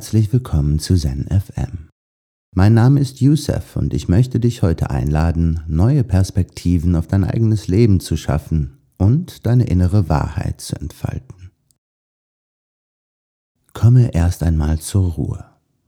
Herzlich willkommen zu Zen FM. Mein Name ist Youssef und ich möchte dich heute einladen, neue Perspektiven auf dein eigenes Leben zu schaffen und deine innere Wahrheit zu entfalten. Komme erst einmal zur Ruhe.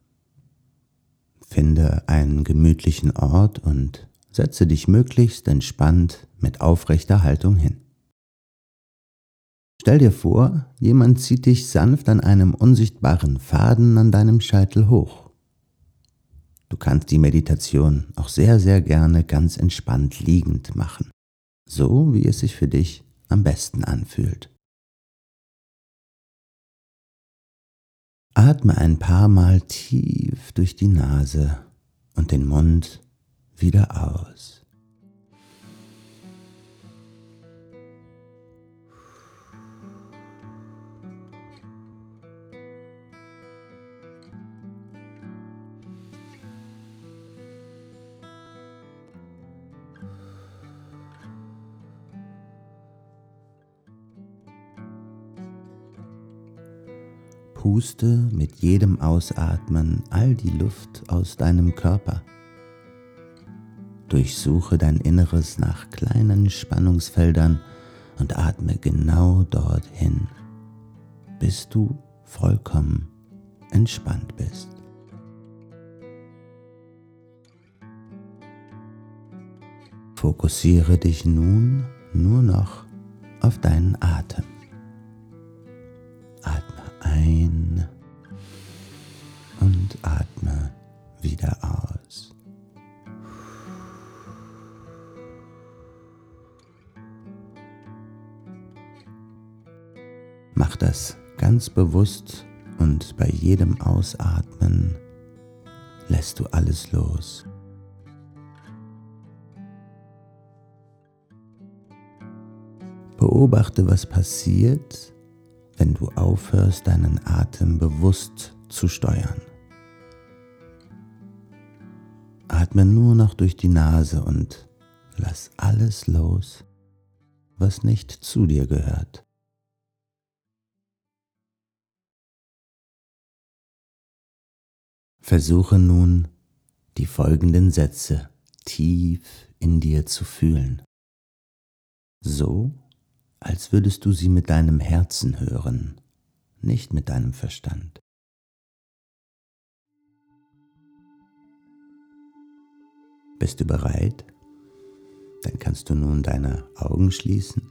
Finde einen gemütlichen Ort und setze dich möglichst entspannt mit aufrechter Haltung hin. Stell dir vor, jemand zieht dich sanft an einem unsichtbaren Faden an deinem Scheitel hoch. Du kannst die Meditation auch sehr gerne ganz entspannt liegend machen, so wie es sich für dich am besten anfühlt. Atme ein paar Mal tief durch die Nase und den Mund wieder aus. Puste mit jedem Ausatmen all die Luft aus deinem Körper. Durchsuche dein Inneres nach kleinen Spannungsfeldern und atme genau dorthin, bis du vollkommen entspannt bist. Fokussiere dich nun nur noch auf deinen Atem. Atme ein und atme wieder aus. Mach das ganz bewusst und bei jedem Ausatmen lässt du alles los. Beobachte, was passiert, wenn du aufhörst, deinen Atem bewusst zu steuern. Atme nur noch durch die Nase und lass alles los, was nicht zu dir gehört. Versuche nun, die folgenden Sätze tief in dir zu fühlen, so als würdest du sie mit deinem Herzen hören, nicht mit deinem Verstand. Bist du bereit? Dann kannst du nun deine Augen schließen,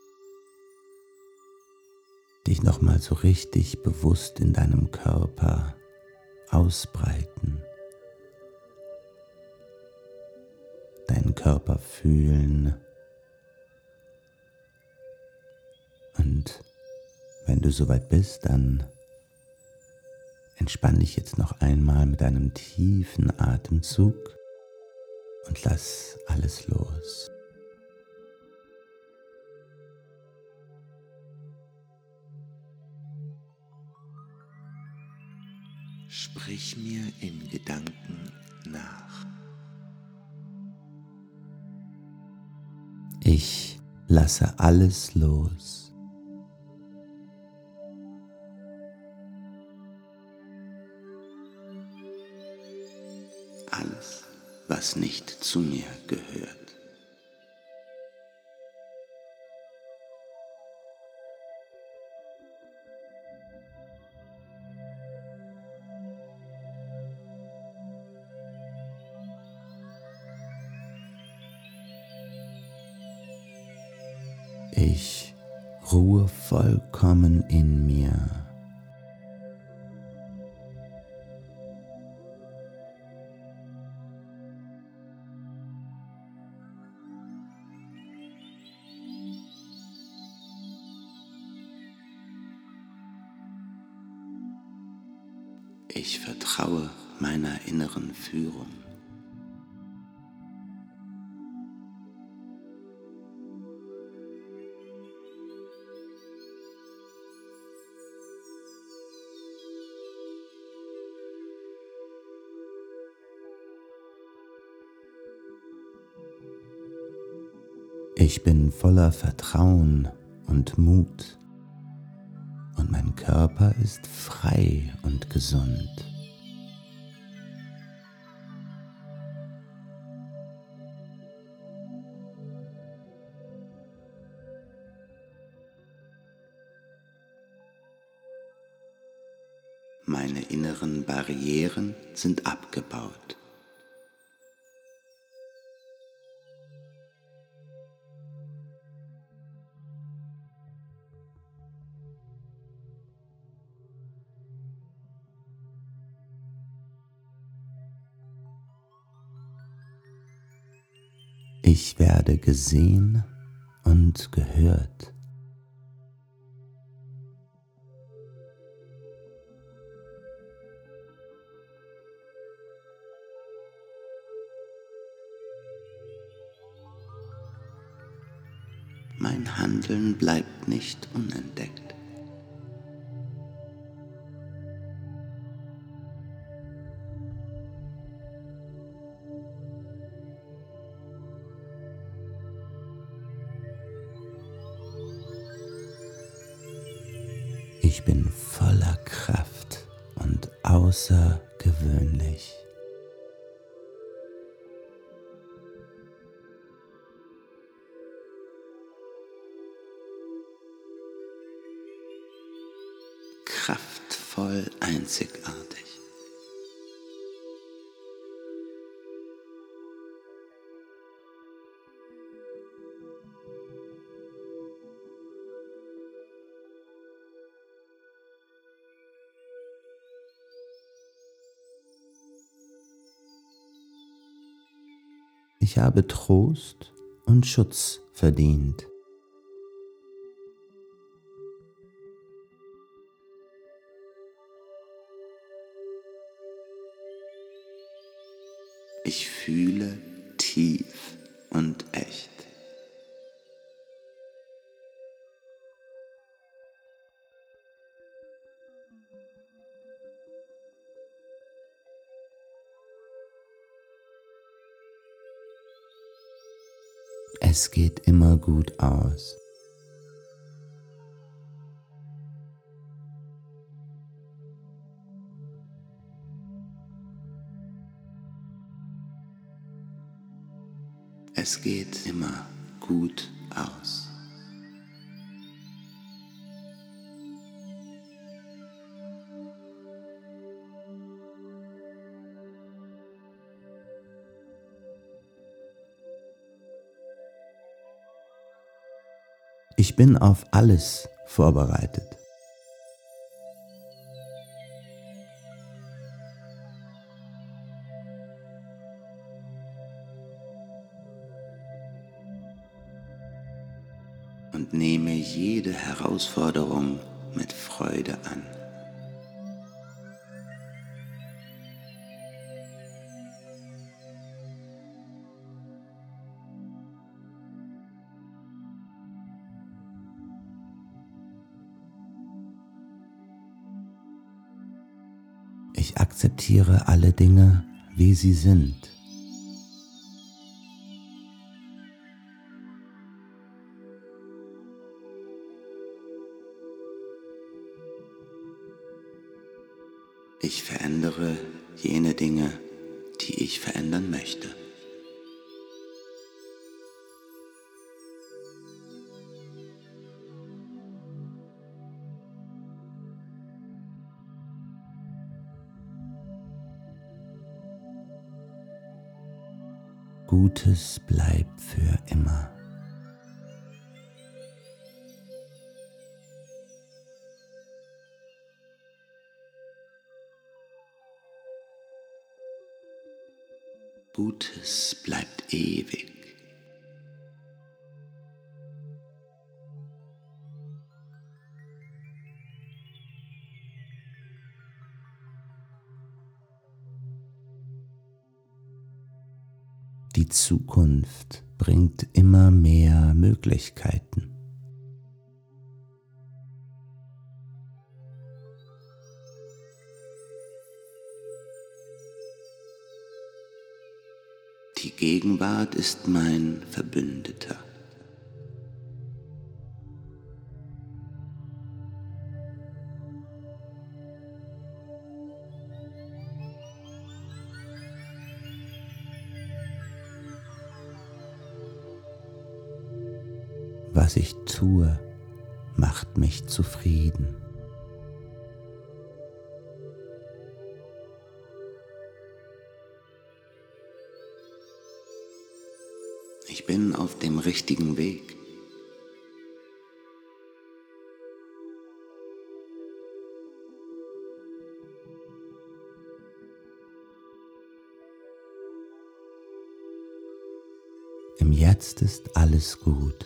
dich nochmal so richtig bewusst in deinem Körper ausbreiten, deinen Körper fühlen. Und wenn du soweit bist, dann entspann dich jetzt noch einmal mit einem tiefen Atemzug und lass alles los. Sprich mir in Gedanken nach. Ich lasse alles los. Alles, was nicht zu mir gehört. Ich ruhe vollkommen in mir. Ich vertraue meiner inneren Führung. Ich bin voller Vertrauen und Mut und mein Körper ist frei und gesund. Meine inneren Barrieren sind abgebaut. Ich werde gesehen und gehört. Mein Handeln bleibt nicht unentdeckt. Ich bin voller Kraft und außergewöhnlich. Kraftvoll einzigartig. Ich habe Trost und Schutz verdient. Ich fühle tief und echt. Es geht immer gut aus. Es geht immer gut aus. Ich bin auf alles vorbereitet. Und nehme jede Herausforderung mit Freude an. Ich akzeptiere alle Dinge, wie sie sind. Ich verändere jene Dinge, die ich verändern möchte. Gutes bleibt für immer. Gutes bleibt ewig. Die Zukunft bringt immer mehr Möglichkeiten. Die Gegenwart ist mein Verbündeter. was ich tue, macht mich zufrieden. Ich bin auf dem richtigen Weg. Im Jetzt ist alles gut.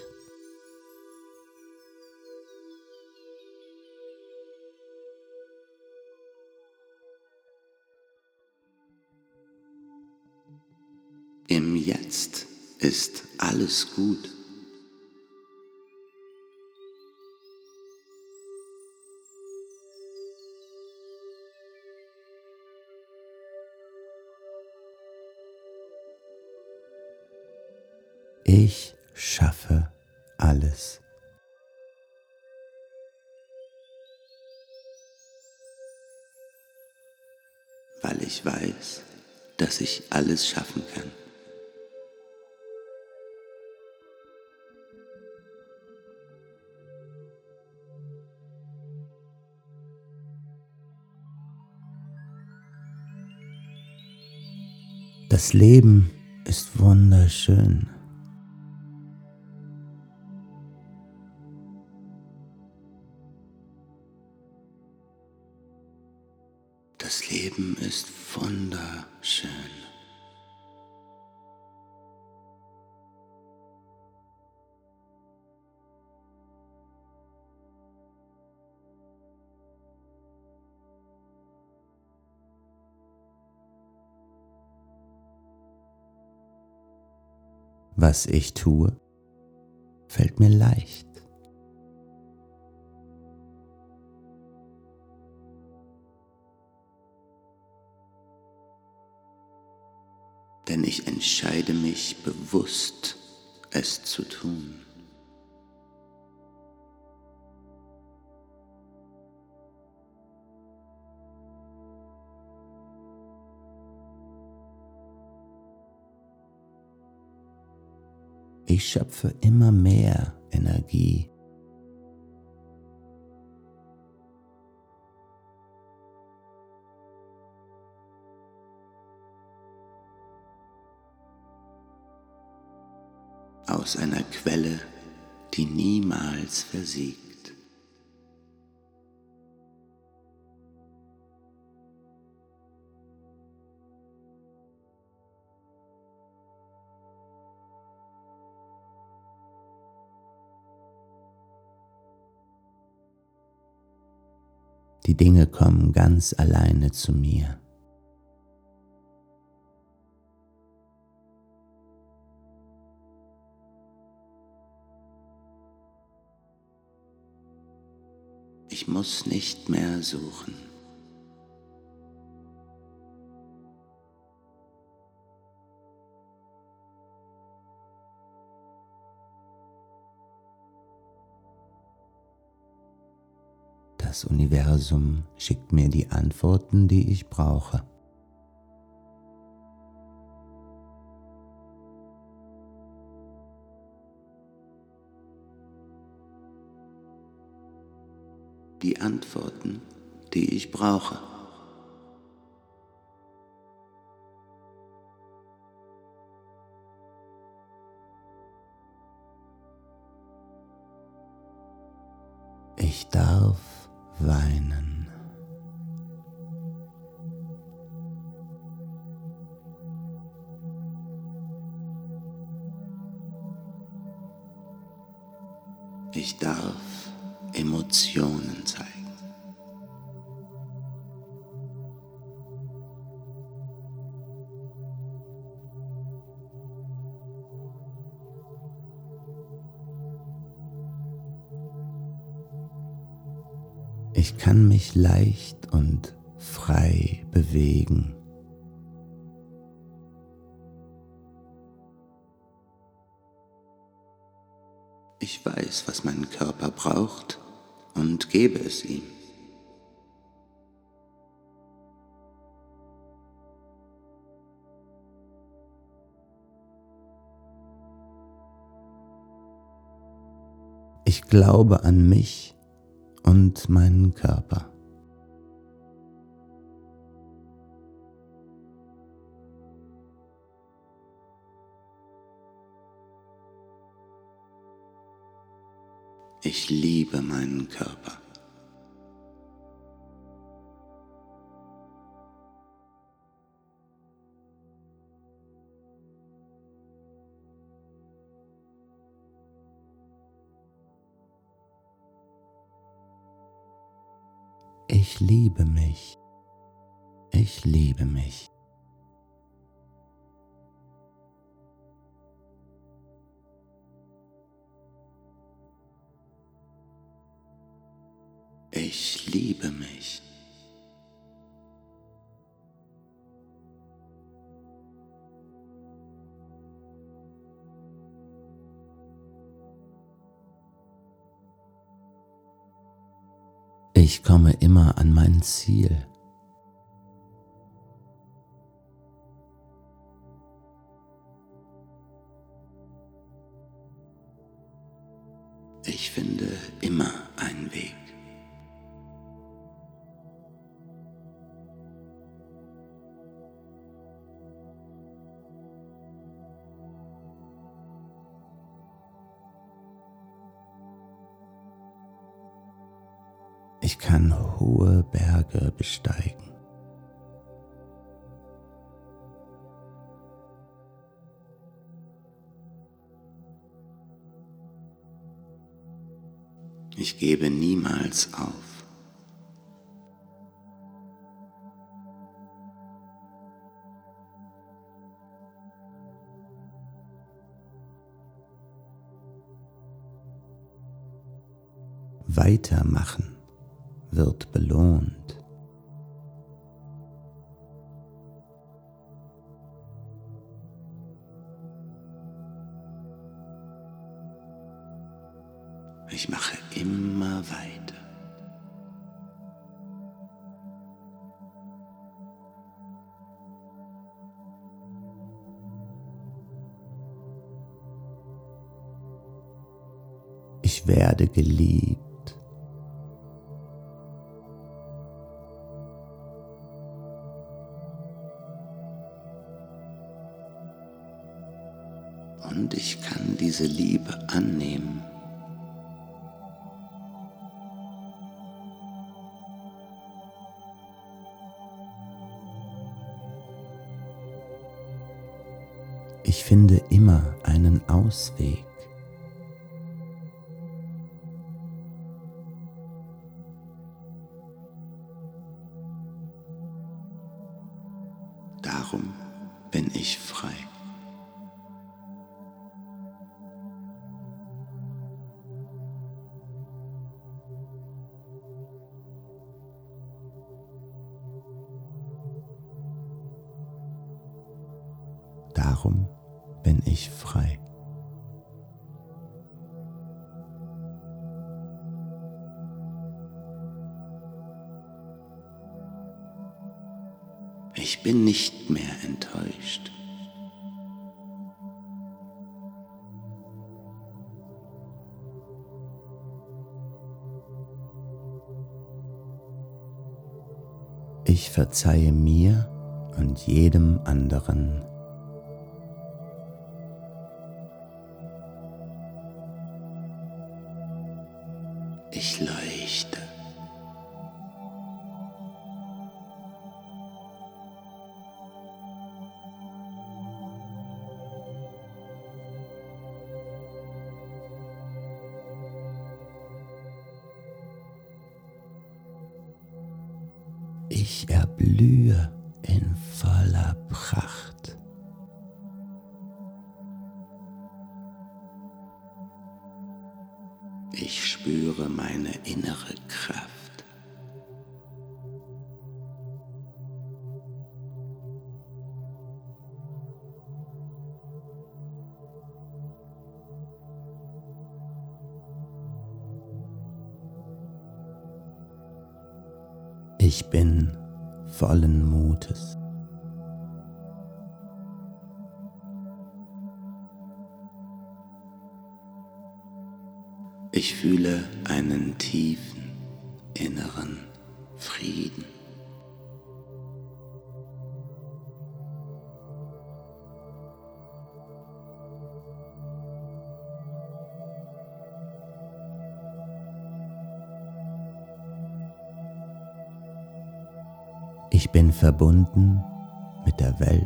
Im Jetzt ist alles gut. Ich schaffe alles. Weil ich weiß, dass ich alles schaffen kann. Das Leben ist wunderschön. Das Leben ist wunderschön. Was ich tue, fällt mir leicht. Denn ich entscheide mich bewusst, es zu tun. Ich schöpfe immer mehr Energie. Aus einer Quelle, die niemals versiegt. Die Dinge kommen ganz alleine zu mir. Ich muss nicht mehr suchen. Das Universum schickt mir die Antworten, die ich brauche. Die Antworten, die ich brauche. Ich darf weinen. Ich darf Emotionen zeigen. Ich kann mich leicht und frei bewegen. Ich weiß, was mein Körper braucht und gebe es ihm. Ich glaube an mich und meinen Körper. Ich liebe meinen Körper. Ich liebe mich. Ich liebe mich. Ich liebe mich. Ich komme immer an mein Ziel. Ich finde immer einen Weg. Ich kann hohe Berge besteigen. Ich gebe niemals auf. Weitermachen wird belohnt. Ich mache immer weiter. Ich werde geliebt. Und ich kann diese Liebe annehmen. Ich finde immer einen Ausweg. Darum bin ich frei. Darum bin ich frei. Ich bin nicht mehr enttäuscht. Ich verzeihe mir und jedem anderen. Ich leuchte. Ich erblühe in voller Pracht. Ich spüre meine innere Kraft. Ich bin vollen Mutes. Ich fühle einen tiefen inneren Frieden. Ich bin verbunden mit der Welt.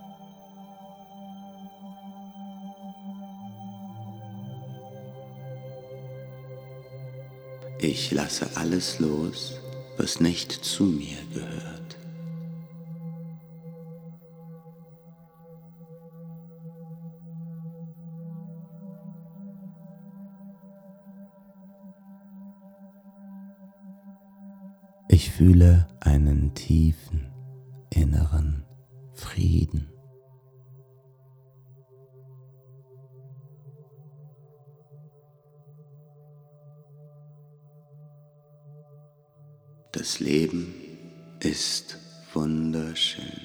Ich lasse alles los, was nicht zu mir gehört. Ich fühle einen tiefen inneren Frieden. Das Leben ist wunderschön.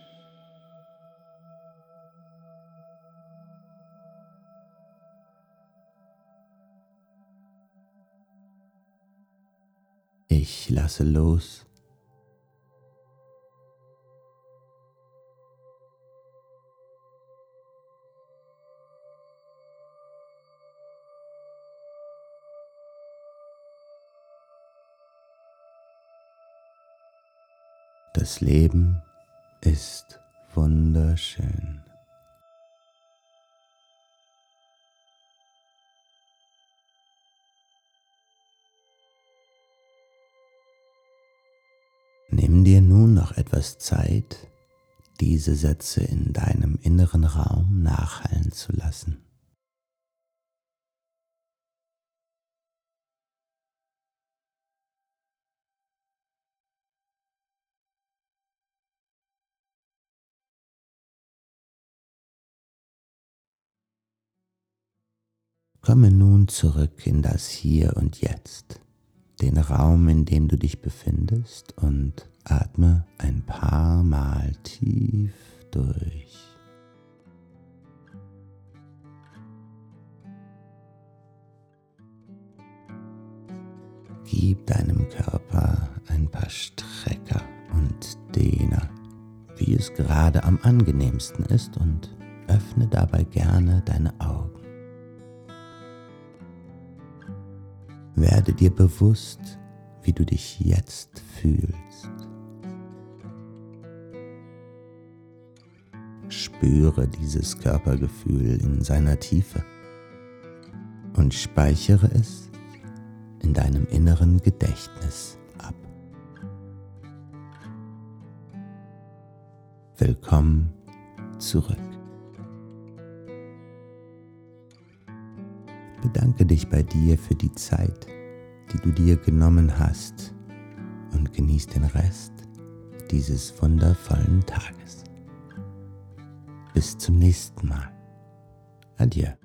Ich lasse los. Das Leben ist wunderschön. Nimm dir nun noch etwas Zeit, diese Sätze in deinem inneren Raum nachhallen zu lassen. Komme nun zurück in das Hier und Jetzt, den Raum, in dem du dich befindest, und atme ein paar Mal tief durch. Gib deinem Körper ein paar Strecker und Dehner, wie es gerade am angenehmsten ist, und öffne dabei gerne deine Augen. Werde dir bewusst, wie du dich jetzt fühlst. Spüre dieses Körpergefühl in seiner Tiefe und speichere es in deinem inneren Gedächtnis ab. Willkommen zurück. Bedanke dich bei dir für die Zeit, die du dir genommen hast, und genieß den Rest dieses wundervollen Tages. Bis zum nächsten Mal. Adieu.